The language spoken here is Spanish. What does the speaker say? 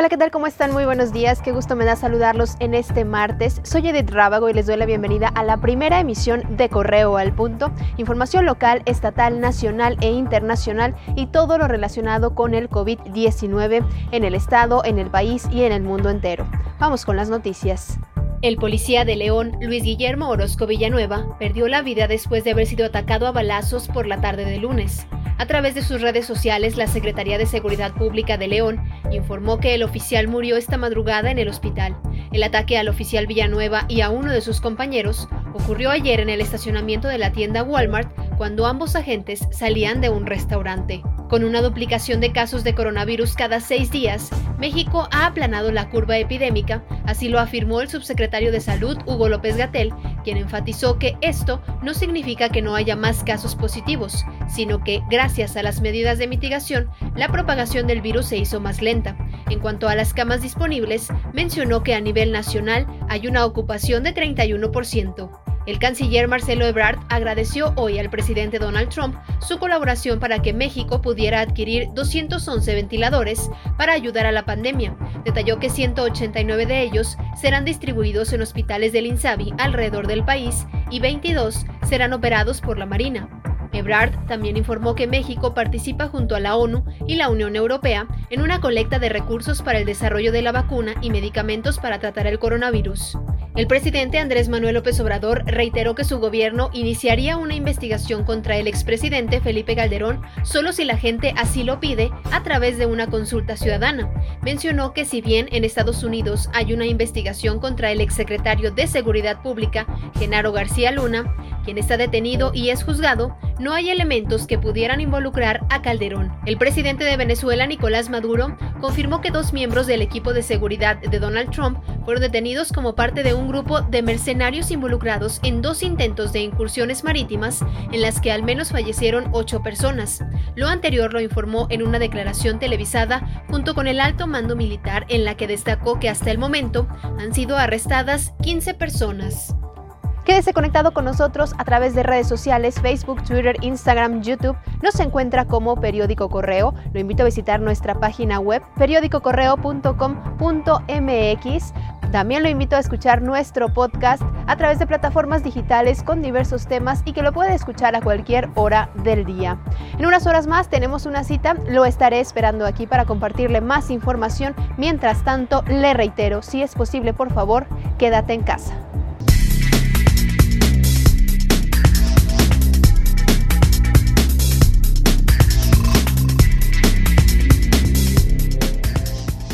Hola, ¿qué tal? ¿Cómo están? Muy buenos días. Qué gusto me da saludarlos en este martes. Soy Edith Rábago y les doy la bienvenida a la primera emisión de Correo al Punto. Información local, estatal, nacional e internacional y todo lo relacionado con el COVID-19 en el estado, en el país y en el mundo entero. Vamos con las noticias. El policía de León, Luis Guillermo Orozco Villanueva, perdió la vida después de haber sido atacado a balazos por la tarde de lunes. A través de sus redes sociales, la Secretaría de Seguridad Pública de León informó que el oficial murió esta madrugada en el hospital. El ataque al oficial Villanueva y a uno de sus compañeros ocurrió ayer en el estacionamiento de la tienda Walmart cuando ambos agentes salían de un restaurante. Con una duplicación de casos de coronavirus cada 6 días, México ha aplanado la curva epidémica, así lo afirmó el subsecretario de Salud, Hugo López-Gatell, quien enfatizó que esto no significa que no haya más casos positivos, sino que, gracias a las medidas de mitigación, la propagación del virus se hizo más lenta. En cuanto a las camas disponibles, mencionó que a nivel nacional hay una ocupación de 31%. El canciller Marcelo Ebrard agradeció hoy al presidente Donald Trump su colaboración para que México pudiera adquirir 211 ventiladores para ayudar a la pandemia. Detalló que 189 de ellos serán distribuidos en hospitales del INSABI alrededor del país y 22 serán operados por la Marina. Ebrard también informó que México participa junto a la ONU y la Unión Europea en una colecta de recursos para el desarrollo de la vacuna y medicamentos para tratar el coronavirus. El presidente Andrés Manuel López Obrador reiteró que su gobierno iniciaría una investigación contra el expresidente Felipe Calderón solo si la gente así lo pide a través de una consulta ciudadana. Mencionó que si bien en Estados Unidos hay una investigación contra el exsecretario de Seguridad Pública, Genaro García Luna, quien está detenido y es juzgado, no hay elementos que pudieran involucrar a Calderón. El presidente de Venezuela, Nicolás Maduro, confirmó que 2 miembros del equipo de seguridad de Donald Trump fueron detenidos como parte de un grupo de mercenarios involucrados en 2 intentos de incursiones marítimas en las que al menos fallecieron 8 personas. Lo anterior lo informó en una declaración televisada junto con el alto mando militar, en la que destacó que hasta el momento han sido arrestadas 15 personas. Quédese conectado con nosotros a través de redes sociales, Facebook, Twitter, Instagram, YouTube. Nos encuentra como Periódico Correo. Lo invito a visitar nuestra página web periodicocorreo.com.mx. También lo invito a escuchar nuestro podcast a través de plataformas digitales con diversos temas y que lo puede escuchar a cualquier hora del día. En unas horas más tenemos una cita, lo estaré esperando aquí para compartirle más información. Mientras tanto, le reitero, si es posible, por favor, quédate en casa.